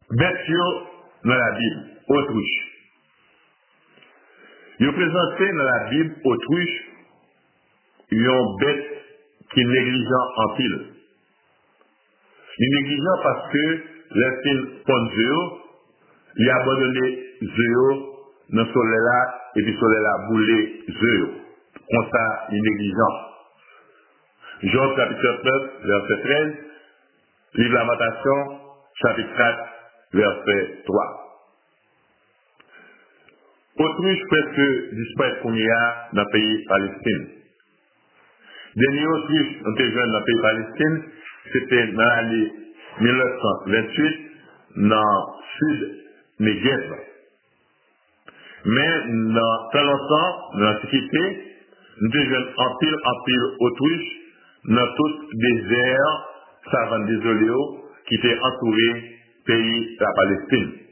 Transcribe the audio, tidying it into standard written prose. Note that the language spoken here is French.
Bête dans la Bible, autruche. Il présenté dans la Bible autruche une bête qui est négligent en pile. Il est négligent parce que les pond zéro, il a abandonné zéro dans le soleil là, et puis le soleil là boulé zéro. Comme ça, il est négligent. Job chapitre 9, verset 13, livre Lamentation, chapitre 4, verset 3. Autruche presque disparaît qu'on y a dans le pays Palestine. Dernier autruche, on était jeune dans le pays Palestine, c'était dans l'année 1928, dans le sud Negev. Mais dans très longtemps, dans l'Antiquité, nous étions jeunes en pile autruche, dans tout désert, savane désolé, qui était entouré pays de la Palestine.